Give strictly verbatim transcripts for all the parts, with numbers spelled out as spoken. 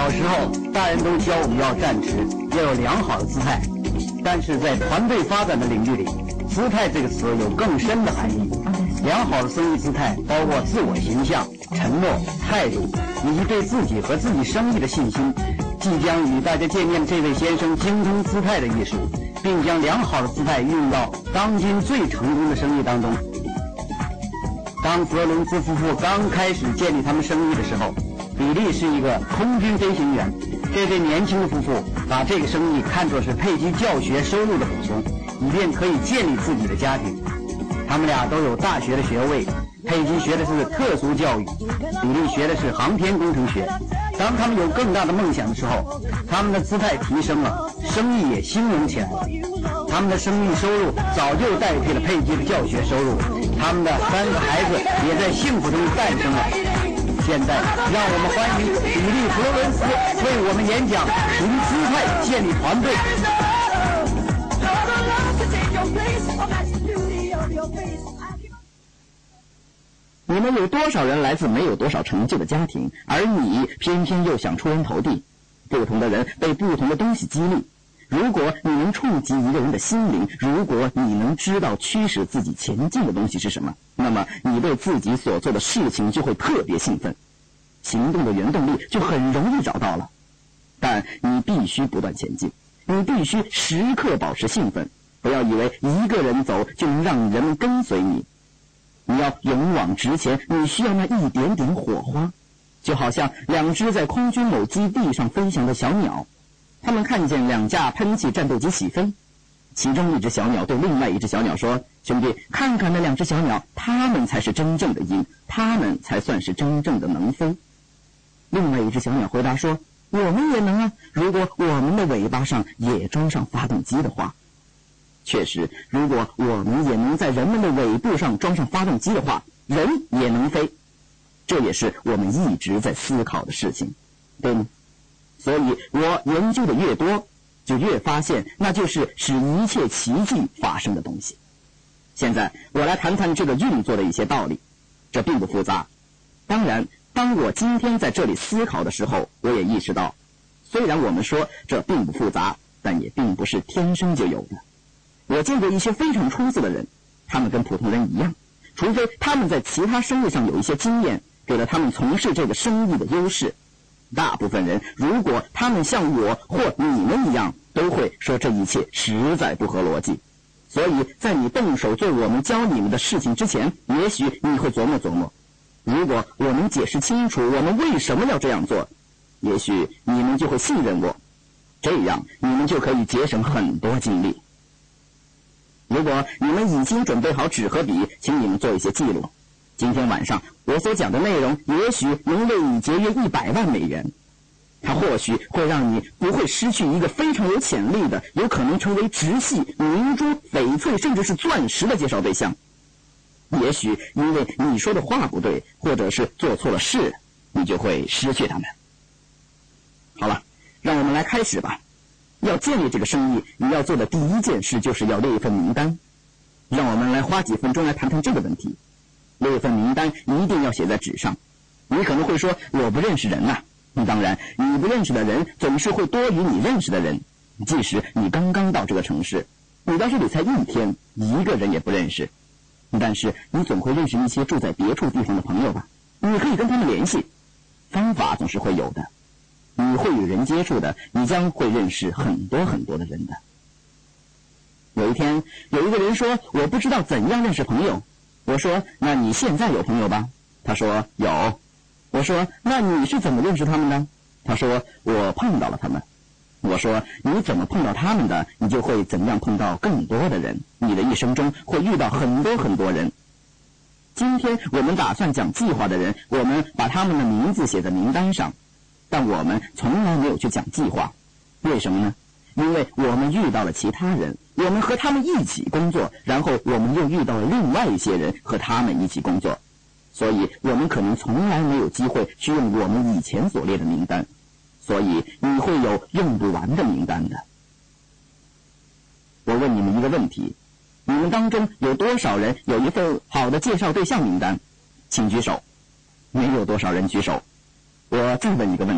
小时候，大人都教我们要站直，要有良好的姿态。但是在团队发展的领域里，姿态这个词有更深的含义。良好的生意姿态包括自我形象、承诺、态度，以及对自己和自己生意的信心。即将与大家见面的这位先生精通姿态的艺术，并将良好的姿态运用到当今最成功的生意当中。当泽伦兹夫妇刚开始建立他们生意的时候，比利是一个空军飞行员。这对年轻的夫妇把这个生意看作是佩姬教学收入的补充，以便可以建立自己的家庭。他们俩都有大学的学位，佩姬学的是特殊教育，比利学的是航天工程学。当他们有更大的梦想的时候，他们的姿态提升了，生意也兴隆起来了。他们的生意收入早就代替了佩姬的教学收入，他们的三个孩子也在幸福中诞生了。现在让我们欢迎比利·弗罗伦斯为我们演讲凭姿态建立团队。 你们有多少人来自没有多少成就的家庭，而你偏偏又想出人头地？不同的人被不同的东西激励。如果你能触及一个人的心灵，如果你能知道驱使自己前进的东西是什么，那么你对自己所做的事情就会特别兴奋，行动的原动力就很容易找到了。但你必须不断前进，你必须时刻保持兴奋，不要以为一个人走就能让人们跟随你。你要勇往直前，你需要那一点点火花，就好像两只在空军某基地上飞翔的小鸟。他们看见两架喷气战斗机起飞，其中一只小鸟对另外一只小鸟说：兄弟，看看那两只小鸟，它们才是真正的鹰，它们才算是真正的能飞。另外一只小鸟回答说：我们也能啊，如果我们的尾巴上也装上发动机的话。确实，如果我们也能在人们的尾部上装上发动机的话，人也能飞。这也是我们一直在思考的事情，对吗？所以我研究的越多，就越发现那就是使一切奇迹发生的东西。现在我来谈谈这个运作的一些道理，这并不复杂。当然，当我今天在这里思考的时候，我也意识到，虽然我们说这并不复杂，但也并不是天生就有的。我见过一些非常出色的人，他们跟普通人一样，除非他们在其他生意上有一些经验，给了他们从事这个生意的优势。大部分人如果他们像我或你们一样，都会说这一切实在不合逻辑。所以在你动手做我们教你们的事情之前，也许你会琢磨琢磨，如果我能解释清楚我们为什么要这样做，也许你们就会信任我，这样你们就可以节省很多精力。如果你们已经准备好纸和笔，请你们做一些记录。今天晚上我所讲的内容也许能为你节约一百万美元，它或许会让你不会失去一个非常有潜力的，有可能成为直系、明珠、翡翠甚至是钻石的介绍对象。也许因为你说的话不对，或者是做错了事，你就会失去他们。好了，让我们来开始吧。要建立这个生意，你要做的第一件事就是要列一份名单。让我们来花几分钟来谈谈这个问题。列一份名单一定要写在纸上。你可能会说，我不认识人啊。当然，你不认识的人总是会多于你认识的人。即使你刚刚到这个城市，你到这里才一天，一个人也不认识，但是你总会认识一些住在别处地方的朋友吧？你可以跟他们联系，方法总是会有的。你会与人接触的，你将会认识很多很多的人的。有一天，有一个人说，我不知道怎样认识朋友。我说，那你现在有朋友吧？他说，有。我说，那你是怎么认识他们的？他说，我碰到了他们。我说，你怎么碰到他们的，你就会怎样碰到更多的人。你的一生中会遇到很多很多人。今天我们打算讲计划的人，我们把他们的名字写在名单上，但我们从来没有去讲计划。为什么呢？因为我们遇到了其他人，我们和他们一起工作，然后我们又遇到了另外一些人，和他们一起工作，所以我们可能从来没有机会去用我们以前所列的名单，所以你会有用不完的名单的。我问你们一个问题，你们当中有多少人有一份好的介绍对象名单？请举手。没有多少人举手。我再问一个问题，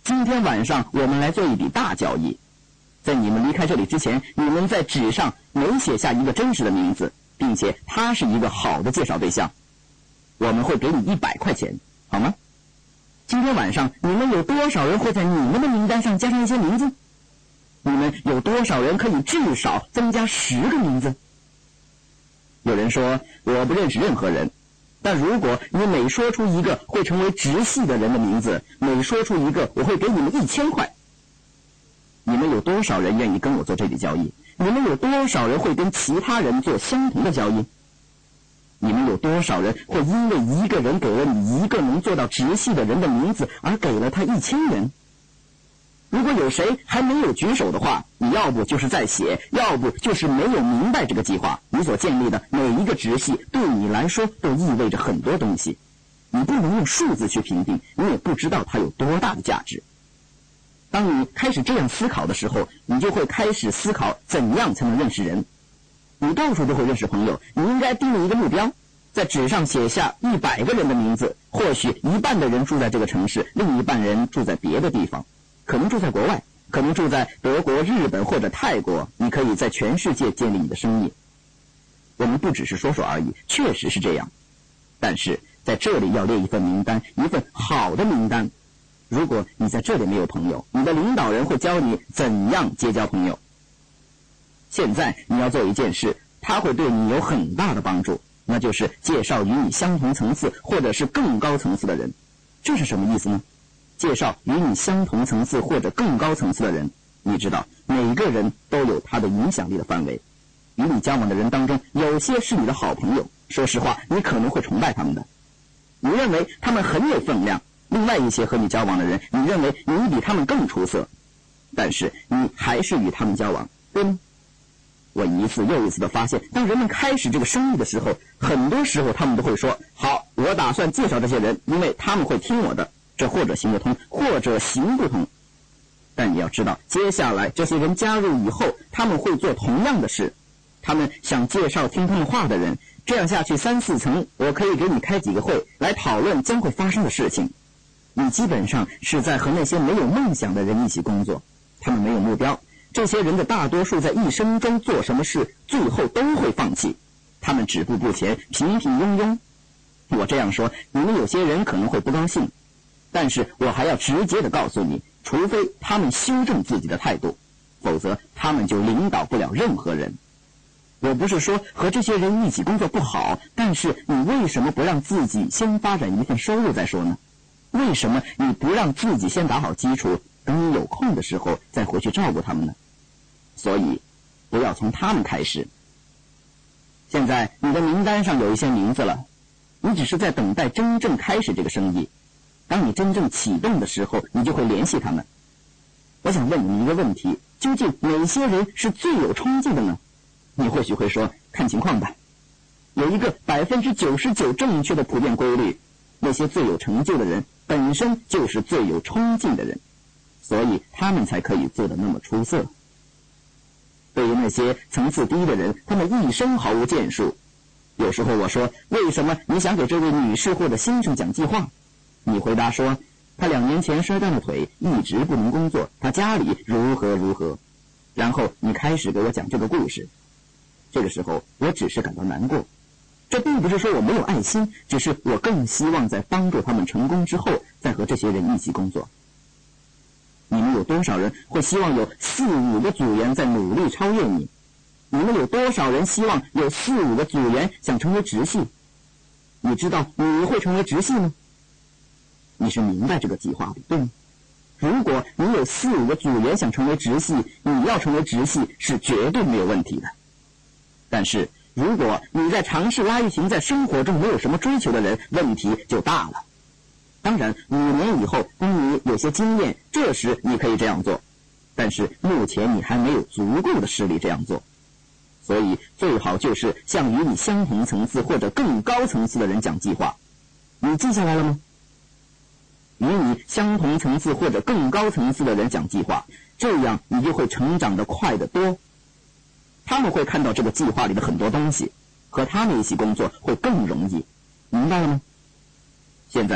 今天晚上我们来做一笔大交易。在你们离开这里之前，你们在纸上每写下一个真实的名字，并且他是一个好的介绍对象，我们会给你一百块钱，好吗？今天晚上你们有多少人会在你们的名单上加上一些名字？你们有多少人可以至少增加十个名字？有人说我不认识任何人，但如果你每说出一个会成为直系的人的名字，每说出一个，我会给你们一千块。你们有多少人愿意跟我做这笔交易？你们有多少人会跟其他人做相同的交易？你们有多少人会因为一个人给了你一个能做到直系的人的名字而给了他一千元？如果有谁还没有举手的话，你要不就是在写，要不就是没有明白这个计划。你所建立的每一个直系对你来说都意味着很多东西，你不能用数字去评定，你也不知道它有多大的价值。当你开始这样思考的时候，你就会开始思考怎样才能认识人。你到处都会认识朋友，你应该定立一个目标，在纸上写下一百个人的名字，或许一半的人住在这个城市，另一半人住在别的地方，可能住在国外，可能住在德国、日本或者泰国。你可以在全世界建立你的生意。我们不只是说说而已，确实是这样。但是在这里要列一份名单，一份好的名单。如果你在这里没有朋友，你的领导人会教你怎样结交朋友。现在你要做一件事，它会对你有很大的帮助，那就是介绍与你相同层次或者是更高层次的人。这是什么意思呢？介绍与你相同层次或者更高层次的人，你知道每个人都有他的影响力的范围。与你交往的人当中，有些是你的好朋友，说实话你可能会崇拜他们的，你认为他们很有分量。另外一些和你交往的人，你认为你比他们更出色，但是你还是与他们交往，对吗？我一次又一次的发现，当人们开始这个生意的时候，很多时候他们都会说，好，我打算介绍这些人，因为他们会听我的。这或者行得通，或者行不通。但你要知道，接下来这些人加入以后，他们会做同样的事。他们想介绍听他们话的人，这样下去三四层，我可以给你开几个会来讨论将会发生的事情。你基本上是在和那些没有梦想的人一起工作，他们没有目标。这些人的大多数在一生中做什么事，最后都会放弃。他们止步不前，平平庸庸。我这样说，你们有些人可能会不高兴，但是我还要直接的告诉你，除非他们修正自己的态度，否则他们就领导不了任何人。我不是说和这些人一起工作不好，但是你为什么不让自己先发展一份收入再说呢？为什么你不让自己先打好基础，等你有空的时候再回去照顾他们呢？所以不要从他们开始。现在你的名单上有一些名字了，你只是在等待真正开始这个生意。当你真正启动的时候，你就会联系他们。我想问你一个问题，究竟哪些人是最有冲劲的呢？你或许会说，看情况吧。有一个百分之九十九正确的普遍规律，那些最有成就的人本身就是最有冲劲的人，所以他们才可以做得那么出色。对于那些层次低的人，他们一生毫无建树。有时候我说，为什么你想给这位女士或者先生讲计划？你回答说，他两年前摔断了腿，一直不能工作，他家里如何如何。然后你开始给我讲这个故事。这个时候我只是感到难过，这并不是说我没有爱心，只是我更希望在帮助他们成功之后再和这些人一起工作。你们有多少人会希望有四五个组员在努力超越你？你们有多少人希望有四五个组员想成为直系？你知道你会成为直系吗？你是明白这个计划的，对吗？如果你有四五个组员想成为直系，你要成为直系是绝对没有问题的。但是如果你在尝试拉一群在生活中没有什么追求的人，问题就大了。当然五年以后当你有些经验，这时你可以这样做，但是目前你还没有足够的实力这样做。所以最好就是向与你相同层次或者更高层次的人讲计划。你记下来了吗？与你相同层次或者更高层次的人讲计划，这样你就会成长得快得多。他们会看到这个计划里的很多东西，和他们一起工作会更容易，明白了吗？现在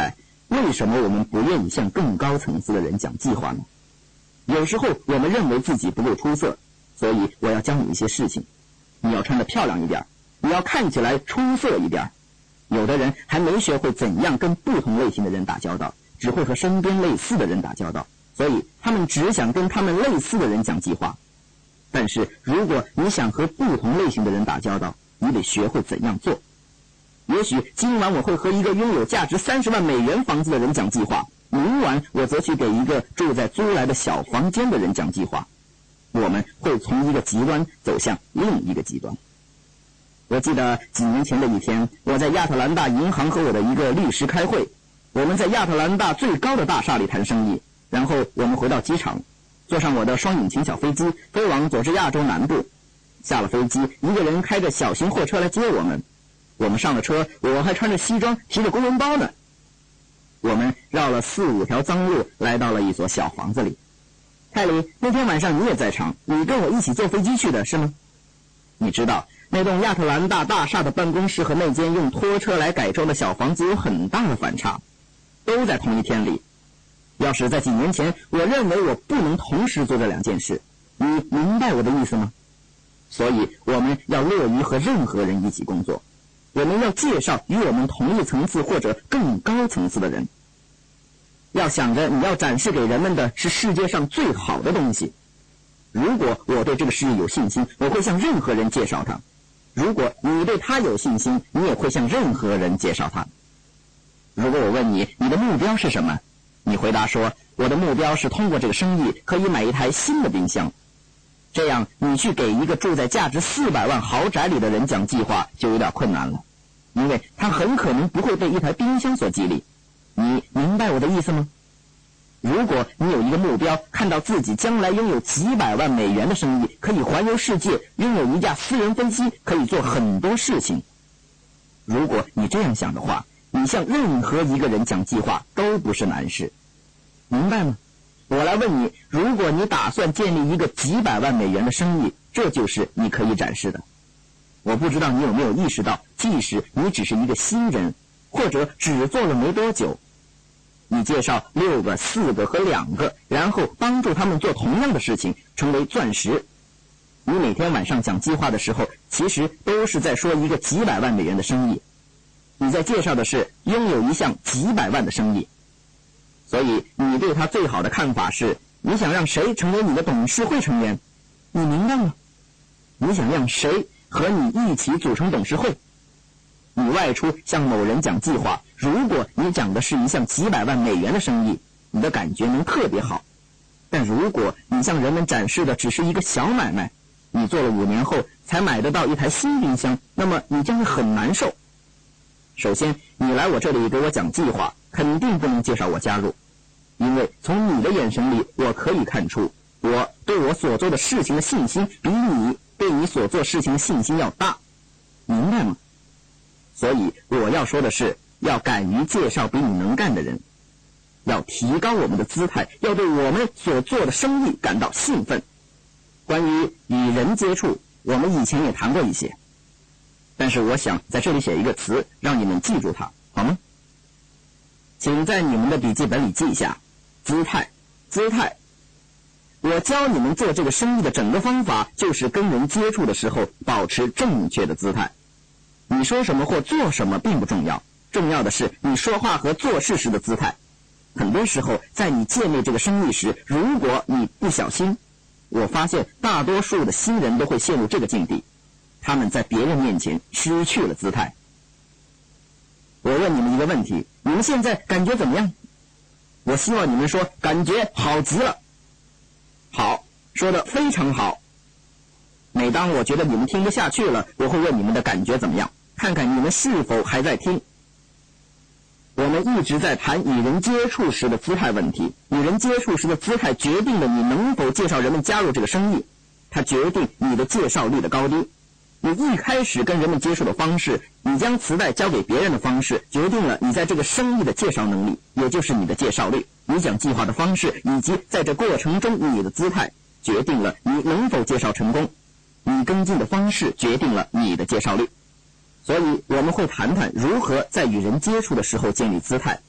为什么我们不愿意向更高层次的人讲计划呢？有时候我们认为自己不够出色，所以我要教你一些事情。你要穿得漂亮一点，你要看起来出色一点。有的人还没学会怎样跟不同类型的人打交道，只会和身边类似的人打交道，所以他们只想跟他们类似的人讲计划。但是如果你想和不同类型的人打交道，你得学会怎样做。也许今晚我会和一个拥有价值三十万美元房子的人讲计划，明晚我则去给一个住在租来的小房间的人讲计划。我们会从一个极端走向另一个极端。我记得几年前的一天，我在亚特兰大银行和我的一个律师开会。我们在亚特兰大最高的大厦里谈生意，然后我们回到机场，坐上我的双引擎小飞机，飞往佐治亚州南部。下了飞机，一个人开着小型货车来接我们。我们上了车，我还穿着西装，提着公文包呢。我们绕了四五条脏路，来到了一所小房子里。泰里，那天晚上你也在场，你跟我一起坐飞机去的是吗？你知道那栋亚特兰大大厦的办公室和那间用拖车来改装的小房子有很大的反差，都在同一天里。要是在几年前，我认为我不能同时做这两件事，你明白我的意思吗？所以我们要乐于和任何人一起工作，我们要介绍与我们同一层次或者更高层次的人。要想着你要展示给人们的是世界上最好的东西。如果我对这个事业有信心，我会向任何人介绍它。如果你对他有信心，你也会向任何人介绍它。如果我问你，你的目标是什么？你回答说，我的目标是通过这个生意可以买一台新的冰箱。这样你去给一个住在价值四百万豪宅里的人讲计划就有点困难了，因为他很可能不会被一台冰箱所激励。你明白我的意思吗？如果你有一个目标，看到自己将来拥有几百万美元的生意，可以环游世界，拥有一架私人飞机，可以做很多事情。如果你这样想的话，你向任何一个人讲计划都不是难事，明白吗？我来问你，如果你打算建立一个几百万美元的生意，这就是你可以展示的。我不知道你有没有意识到，即使你只是一个新人，或者只做了没多久，你介绍六个、四个和两个，然后帮助他们做同样的事情，成为钻石。你每天晚上讲计划的时候，其实都是在说一个几百万美元的生意。你在介绍的是拥有一项几百万的生意。所以你对他最好的看法是，你想让谁成为你的董事会成员？你明白吗？你想让谁和你一起组成董事会？你外出向某人讲计划，如果你讲的是一项几百万美元的生意，你的感觉能特别好。但如果你向人们展示的只是一个小买卖，你做了五年后才买得到一台新冰箱，那么你将会很难受。首先，你来我这里给我讲计划，肯定不能介绍我加入，因为从你的眼神里，我可以看出，我对我所做的事情的信心比你对你所做事情的信心要大，明白吗？所以我要说的是，要敢于介绍比你能干的人，要提高我们的姿态，要对我们所做的生意感到兴奋。关于与人接触，我们以前也谈过一些，但是我想在这里写一个词，让你们记住它，好吗？请在你们的笔记本里记下，姿态，姿态。我教你们做这个生意的整个方法，就是跟人接触的时候保持正确的姿态。你说什么或做什么并不重要，重要的是你说话和做事时的姿态。很多时候，在你建立这个生意时，如果你不小心，我发现大多数的新人都会陷入这个境地，他们在别人面前失去了姿态。我问你们一个问题，你们现在感觉怎么样？我希望你们说感觉好极了。好，说得非常好。每当我觉得你们听不下去了，我会问你们的感觉怎么样，看看你们是否还在听。我们一直在谈与人接触时的姿态问题，与人接触时的姿态决定了你能否介绍人们加入这个生意，它决定你的介绍力的高低。你一开始跟人们接触的方式，你将磁带交给别人的方式，决定了你在这个生意的介绍能力，也就是你的介绍力。你讲计划的方式，以及在这过程中你的姿态，决定了你能否介绍成功。你跟进的方式决定了你的介绍力。所以我们会谈谈如何在与人接触的时候建立姿态。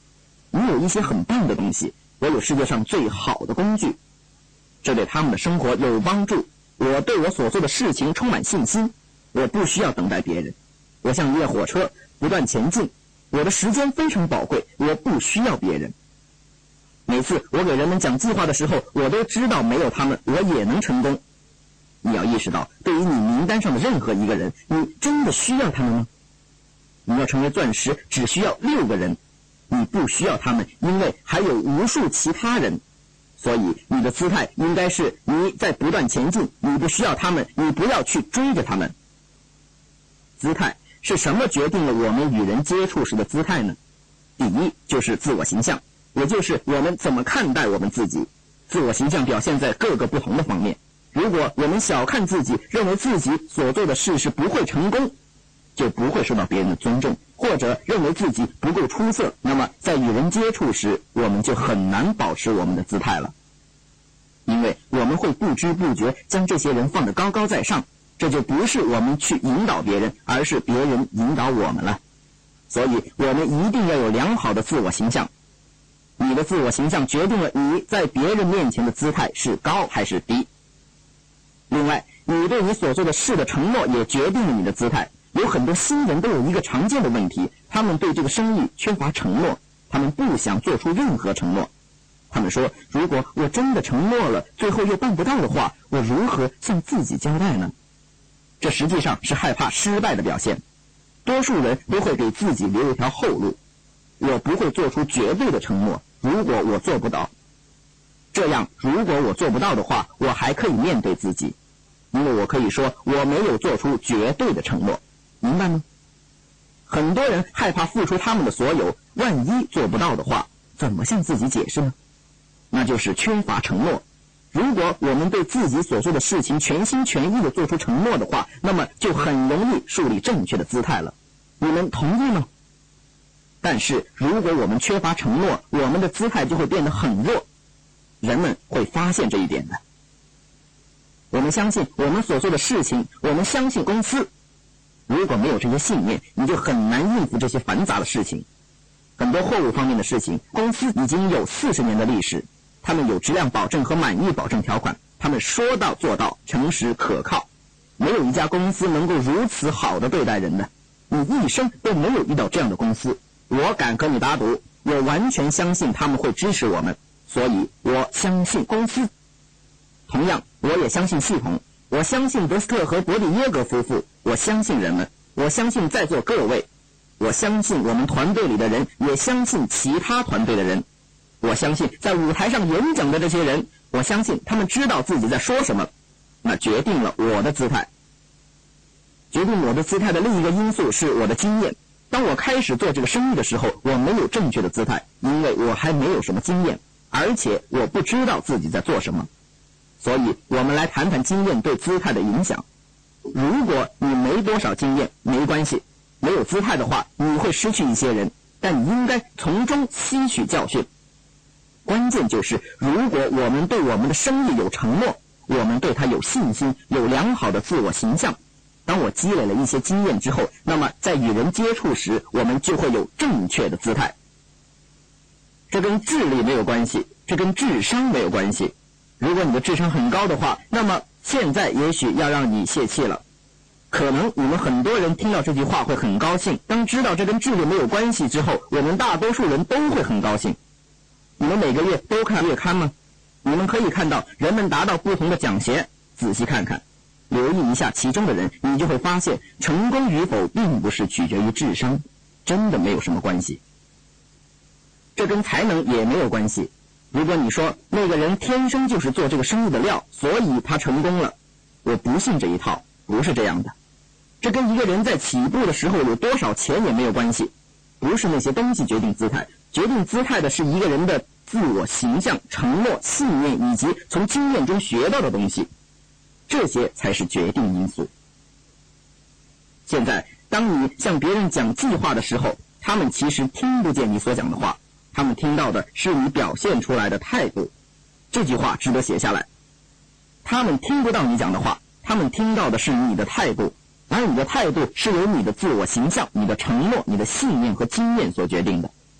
你有一些很棒的东西，我有世界上最好的工具，这对他们的生活有帮助。我对我所做的事情充满信心，我不需要等待别人，我像一列火车不断前进，我的时间非常宝贵，我不需要别人。每次我给人们讲计划的时候，我都知道没有他们我也能成功。你要意识到，对于你名单上的任何一个人，你真的需要他们吗？你要成为钻石只需要六个人，你不需要他们，因为还有无数其他人。所以你的姿态应该是你在不断前进，你不需要他们，你不要去追着他们。姿态是什么决定了我们与人接触时的姿态呢？第一就是自我形象，也就是我们怎么看待我们自己。自我形象表现在各个不同的方面。如果我们小看自己，认为自己所做的事是不会成功，就不会受到别人的尊重，或者认为自己不够出色，那么在与人接触时，我们就很难保持我们的姿态了。因为我们会不知不觉将这些人放得高高在上，这就不是我们去引导别人，而是别人引导我们了。所以我们一定要有良好的自我形象。你的自我形象决定了你在别人面前的姿态是高还是低。另外，你对你所做的事的承诺也决定了你的姿态。有很多新人都有一个常见的问题，他们对这个生意缺乏承诺，他们不想做出任何承诺。他们说，如果我真的承诺了，最后又办不到的话，我如何向自己交代呢？这实际上是害怕失败的表现。多数人都会给自己留一条后路，我不会做出绝对的承诺，如果我做不到。这样，如果我做不到的话，我还可以面对自己，因为我可以说我没有做出绝对的承诺。明白吗？很多人害怕付出他们的所有，万一做不到的话，怎么向自己解释呢？那就是缺乏承诺。如果我们对自己所做的事情全心全意地做出承诺的话，那么就很容易树立正确的姿态了。你们同意吗？但是如果我们缺乏承诺，我们的姿态就会变得很弱，人们会发现这一点的。我们相信我们所做的事情，我们相信公司。如果没有这些信念，你就很难应付这些繁杂的事情。很多货物方面的事情，公司已经有四十年的历史，他们有质量保证和满意保证条款，他们说到做到，诚实可靠。没有一家公司能够如此好的对待人的，你一生都没有遇到这样的公司。我敢跟你打赌，我完全相信他们会支持我们，所以我相信公司。同样，我也相信系统，我相信德斯特和伯利耶格夫妇，我相信人们，我相信在座各位，我相信我们团队里的人，也相信其他团队的人，我相信在舞台上演讲的这些人，我相信他们知道自己在说什么。那决定了我的姿态。决定我的姿态的另一个因素是我的经验。当我开始做这个生意的时候，我没有正确的姿态，因为我还没有什么经验，而且我不知道自己在做什么。所以我们来谈谈经验对姿态的影响。如果你没多少经验，没关系，没有姿态的话，你会失去一些人，但你应该从中吸取教训。关键就是，如果我们对我们的生意有承诺，我们对它有信心，有良好的自我形象，当我积累了一些经验之后，那么在与人接触时，我们就会有正确的姿态。这跟智力没有关系，这跟智商没有关系。如果你的智商很高的话，那么现在也许要让你泄气了。可能你们很多人听到这句话会很高兴，当知道这跟智力没有关系之后，我们大多数人都会很高兴。你们每个月都看月刊吗？你们可以看到人们达到不同的奖衔，仔细看看，留意一下其中的人，你就会发现成功与否并不是取决于智商，真的没有什么关系。这跟才能也没有关系。如果你说那个人天生就是做这个生意的料，所以他成功了，我不信这一套，不是这样的。这跟一个人在起步的时候有多少钱也没有关系，不是那些东西决定姿态，决定姿态的是一个人的自我形象、承诺、信念以及从经验中学到的东西，这些才是决定因素。现在，当你向别人讲计划的时候，他们其实听不见你所讲的话，他们听到的是你表现出来的态度。这句话值得写下来。他们听不到你讲的话，他们听到的是你的态度，而你的态度是由你的自我形象、你的承诺、你的信念和经验所决定的。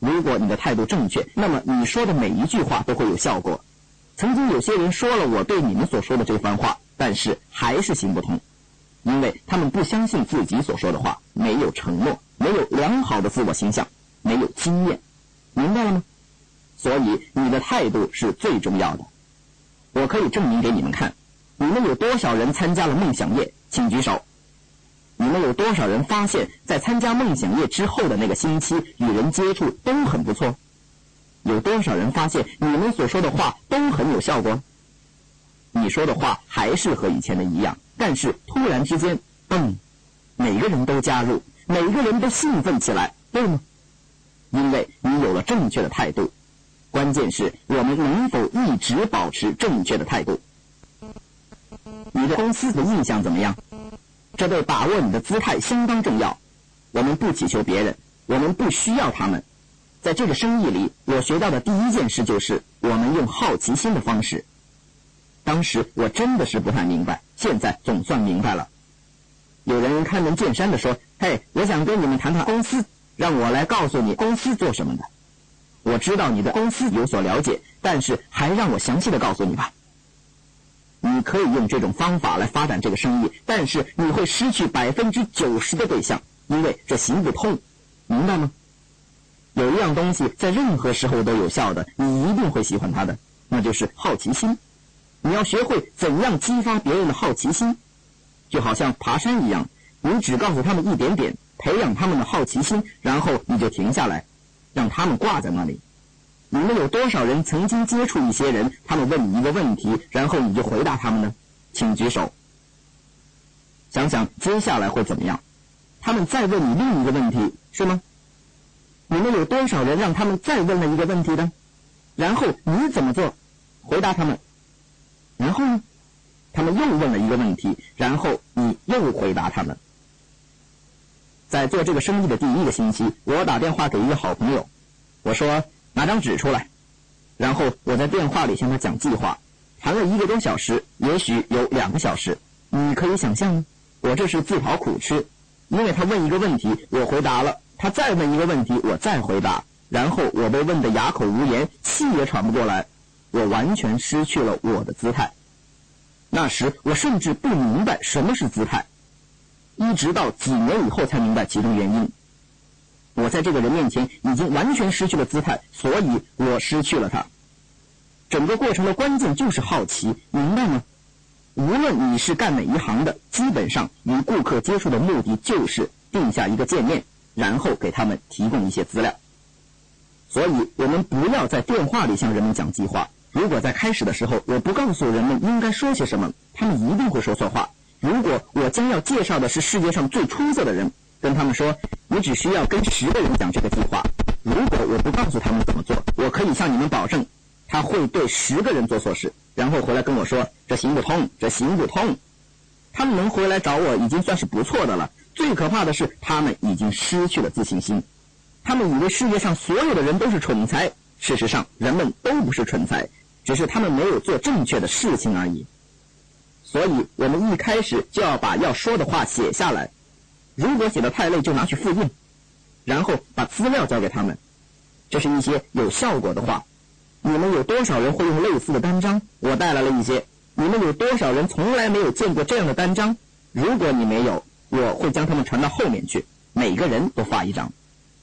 如果你的态度正确，那么你说的每一句话都会有效果。曾经有些人说了我对你们所说的这番话，但是还是行不通，因为他们不相信自己所说的话，没有承诺，没有良好的自我形象，没有经验，明白了吗？所以你的态度是最重要的。我可以证明给你们看，你们有多少人参加了梦想夜，请举手。你们有多少人发现在参加梦想夜之后的那个星期与人接触都很不错？有多少人发现你们所说的话都很有效果？你说的话还是和以前的一样，但是突然之间，嗯，每个人都加入，每个人都兴奋起来，对吗？因为你有了正确的态度。关键是我们能否一直保持正确的态度。你对公司的印象怎么样？这对把握你的姿态相当重要。我们不祈求别人，我们不需要他们。在这个生意里，我学到的第一件事就是我们用好奇心的方式。当时我真的是不太明白，现在总算明白了。有人开门见山地说，嘿，我想跟你们谈谈公司，让我来告诉你公司做什么的。我知道你的公司有所了解，但是还让我详细的告诉你吧。你可以用这种方法来发展这个生意，但是你会失去百分之九十的对象，因为这行不通，明白吗？有一样东西在任何时候都有效的，你一定会喜欢它的，那就是好奇心。你要学会怎样激发别人的好奇心，就好像爬山一样，你只告诉他们一点点，培养他们的好奇心，然后你就停下来，让他们挂在那里。你们有多少人曾经接触一些人，他们问你一个问题，然后你就回答他们呢？请举手。想想接下来会怎么样？他们再问你另一个问题，是吗？你们有多少人让他们再问了一个问题呢？然后你怎么做？回答他们。然后呢？他们又问了一个问题，然后你又回答他们。在做这个生意的第一个星期，我打电话给一个好朋友，我说拿张纸出来，然后我在电话里向他讲计划，谈了一个多小时，也许有两个小时。你可以想象吗？我这是自讨苦吃，因为他问一个问题，我回答了，他再问一个问题，我再回答，然后我被问得哑口无言，气也喘不过来，我完全失去了我的姿态。那时我甚至不明白什么是姿态，一直到几年以后才明白其中原因。我在这个人面前已经完全失去了姿态，所以我失去了它。整个过程的关键就是好奇，明白吗？无论你是干哪一行的，基本上与顾客接触的目的就是定下一个界面，然后给他们提供一些资料。所以我们不要在电话里向人们讲计划。如果在开始的时候我不告诉人们应该说些什么，他们一定会说错话。如果我将要介绍的是世界上最出色的人，跟他们说你只需要跟十个人讲这个计划，如果我不告诉他们怎么做，我可以向你们保证他会对十个人做错事，然后回来跟我说这行不通，这行不通。他们能回来找我已经算是不错的了，最可怕的是他们已经失去了自信心。他们以为世界上所有的人都是蠢材，事实上人们都不是蠢材，只是他们没有做正确的事情而已。所以我们一开始就要把要说的话写下来，如果写得太累就拿去复印，然后把资料交给他们，这是一些有效果的话。你们有多少人会用类似的单张？我带来了一些。你们有多少人从来没有见过这样的单张？如果你没有，我会将它们传到后面去，每个人都发一张。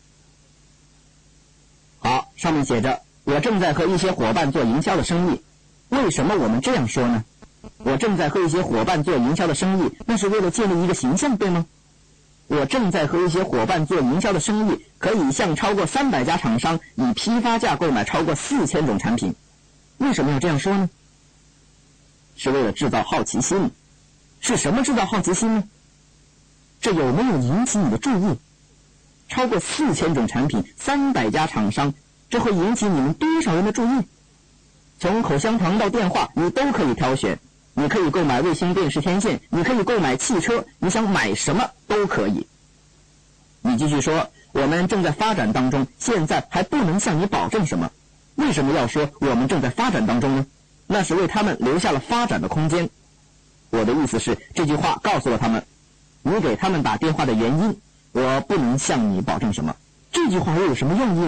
好，上面写着我正在和一些伙伴做营销的生意。为什么我们这样说呢？我正在和一些伙伴做营销的生意，那是为了建立一个形象，对吗？我正在和一些伙伴做营销的生意，可以向超过三百家厂商以批发价购买超过四千种产品。为什么要这样说呢？是为了制造好奇心。是什么制造好奇心呢？这有没有引起你的注意？超过四千种产品，三百家厂商，这会引起你们多少人的注意？从口香糖到电话，你都可以挑选。你可以购买卫星电视天线，你可以购买汽车，你想买什么都可以。你继续说，我们正在发展当中，现在还不能向你保证什么。为什么要说我们正在发展当中呢？那是为他们留下了发展的空间。我的意思是，这句话告诉了他们，你给他们打电话的原因，我不能向你保证什么。这句话又有什么用意呢？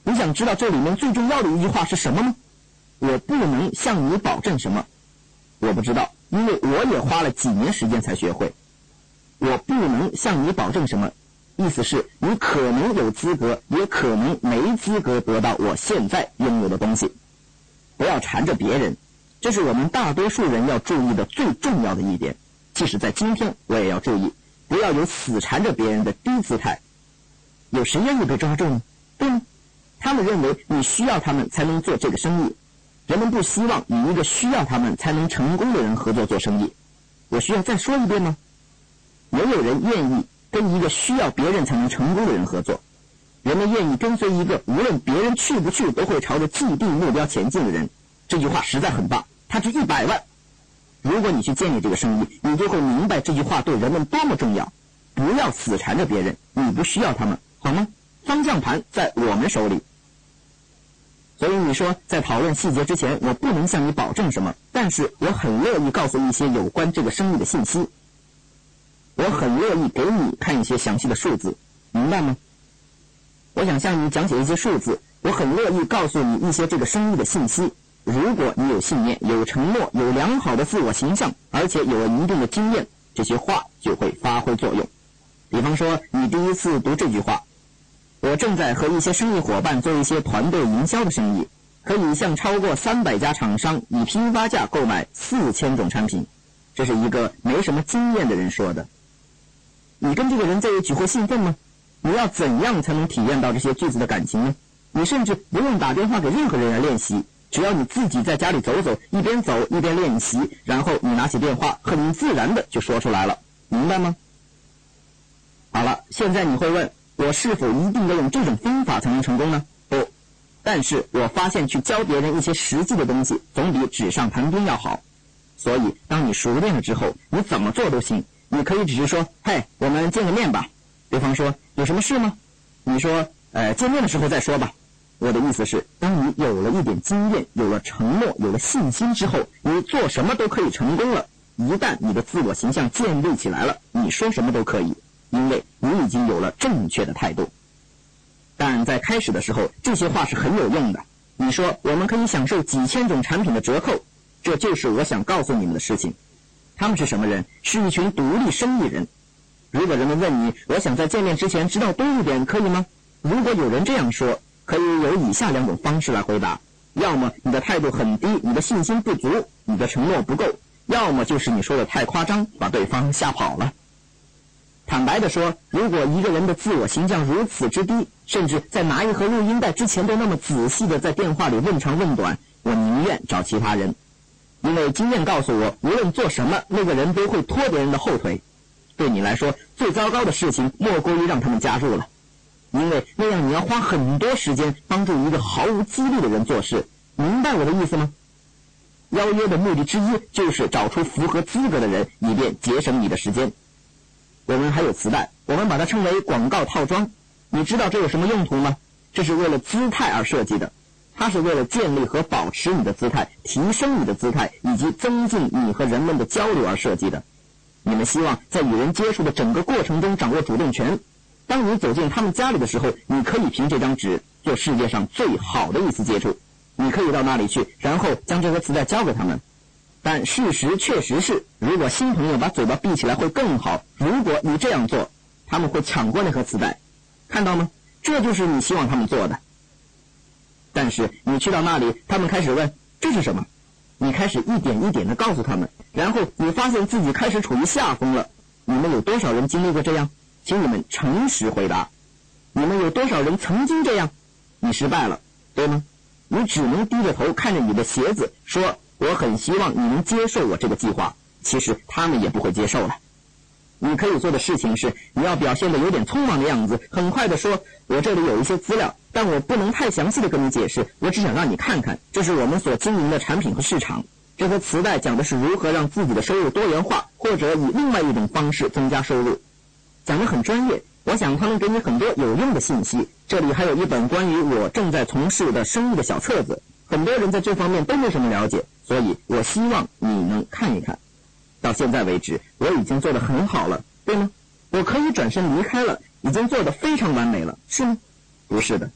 你想知道这里面最重要的一句话是什么吗？我不能向你保证什么。我不知道，因为我也花了几年时间才学会。我不能向你保证什么，意思是你可能有资格，也可能没资格得到我现在拥有的东西。不要缠着别人，这是我们大多数人要注意的最重要的一点。即使在今天，我也要注意，不要有死缠着别人的低姿态。有谁愿意被抓住呢？对吗？他们认为你需要他们才能做这个生意。人们不希望与一个需要他们才能成功的人合作做生意。我需要再说一遍吗？没有人愿意跟一个需要别人才能成功的人合作。人们愿意跟随一个无论别人去不去都会朝着既定目标前进的人。这句话实在很棒，它值一百万。如果你去建立这个生意，你就会明白这句话对人们多么重要。不要死缠着别人，你不需要他们，好吗？方向盘在我们手里。所以你说在讨论细节之前，我不能向你保证什么，但是我很乐意告诉一些有关这个生意的信息。我很乐意给你看一些详细的数字，明白吗？我想向你讲解一些数字，我很乐意告诉你一些这个生意的信息。如果你有信念，有承诺，有良好的自我形象，而且有了一定的经验，这些话就会发挥作用。比方说，你第一次读这句话：我正在和一些生意伙伴做一些团队营销的生意，可以向超过三百家厂商以批发价购买四千种产品。这是一个没什么经验的人说的。你跟这个人在一起会兴奋吗？你要怎样才能体验到这些句子的感情呢？你甚至不用打电话给任何人来练习，只要你自己在家里走走，一边走一边练习，然后你拿起电话，很自然的就说出来了，明白吗？好了，现在你会问，我是否一定要用这种方法才能成功呢？不，但是我发现去教别人一些实际的东西，总比纸上谈兵要好。所以当你熟练了之后，你怎么做都行。你可以只是说，嘿，我们见个面吧。对方说，有什么事吗？你说，呃，见面的时候再说吧。我的意思是，当你有了一点经验，有了承诺，有了信心之后，你做什么都可以成功了。一旦你的自我形象建立起来了，你说什么都可以，因为你已经有了正确的态度。但在开始的时候，这些话是很有用的。你说，我们可以享受几千种产品的折扣，这就是我想告诉你们的事情。他们是什么人？是一群独立生意人。如果人们问你，我想在见面之前知道多一点，可以吗？如果有人这样说，可以有以下两种方式来回答：要么你的态度很低，你的信心不足，你的承诺不够；要么就是你说的太夸张，把对方吓跑了。坦白地说，如果一个人的自我形象如此之低，甚至在拿一盒录音带之前都那么仔细地在电话里问长问短，我宁愿找其他人。因为经验告诉我，无论做什么，那个人都会拖别人的后腿。对你来说，最糟糕的事情莫过于让他们加入了，因为那样你要花很多时间帮助一个毫无激励的人做事。明白我的意思吗？邀约的目的之一就是找出符合资格的人，以便节省你的时间。我们还有磁带，我们把它称为广告套装。你知道这有什么用途吗？这是为了姿态而设计的。它是为了建立和保持你的姿态，提升你的姿态，以及增进你和人们的交流而设计的。你们希望在与人接触的整个过程中掌握主动权。当你走进他们家里的时候，你可以凭这张纸做世界上最好的一次接触。你可以到那里去，然后将这盒磁带交给他们。但事实确实是，如果新朋友把嘴巴闭起来会更好。如果你这样做，他们会抢过那盒磁带。看到吗？这就是你希望他们做的。但是你去到那里，他们开始问这是什么，你开始一点一点地告诉他们，然后你发现自己开始处于下风了。你们有多少人经历过这样？请你们诚实回答。你们有多少人曾经这样？你失败了，对吗？你只能低着头看着你的鞋子，说我很希望你能接受我这个计划。其实他们也不会接受了。你可以做的事情是，你要表现得有点匆忙的样子，很快地说，我这里有一些资料，但我不能太详细地跟你解释，我只想让你看看，这是我们所经营的产品和市场。这个磁带讲的是如何让自己的收入多元化，或者以另外一种方式增加收入。讲得很专业，我想他能给你很多有用的信息。这里还有一本关于我正在从事的生意的小册子，很多人在这方面都没什么了解，所以我希望你能看一看。到现在为止，我已经做得很好了，对吗？我可以转身离开了，已经做得非常完美了，是吗？不是的。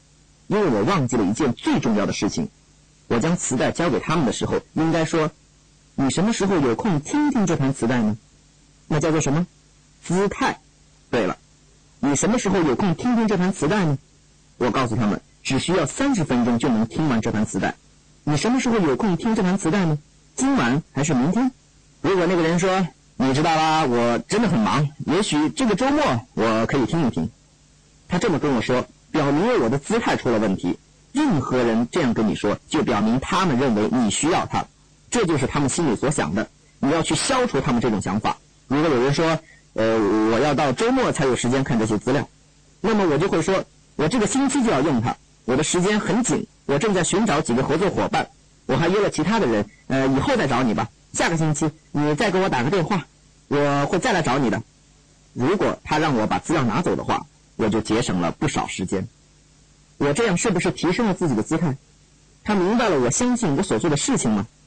因为我忘记了一件最重要的事情。我将磁带交给他们的时候，应该说，你什么时候有空听听这盘磁带呢？那叫做什么？姿态。对了，你什么时候有空听听这盘磁带呢？我告诉他们，只需要三十分钟就能听完这盘磁带。你什么时候有空听这盘磁带呢？今晚还是明天？如果那个人说，你知道啦，我真的很忙，也许这个周末我可以听一听。他这么跟我说，表明了我的姿态出了问题。任何人这样跟你说，就表明他们认为你需要他，这就是他们心里所想的。你要去消除他们这种想法。如果有人说，呃，我要到周末才有时间看这些资料，那么我就会说，我这个星期就要用它，我的时间很紧，我正在寻找几个合作伙伴，我还约了其他的人，呃，以后再找你吧。下个星期你再给我打个电话，我会再来找你的。如果他让我把资料拿走的话，我就节省了不少时间。我这样是不是提升了自己的姿态？他明白了我相信我所做的事情吗？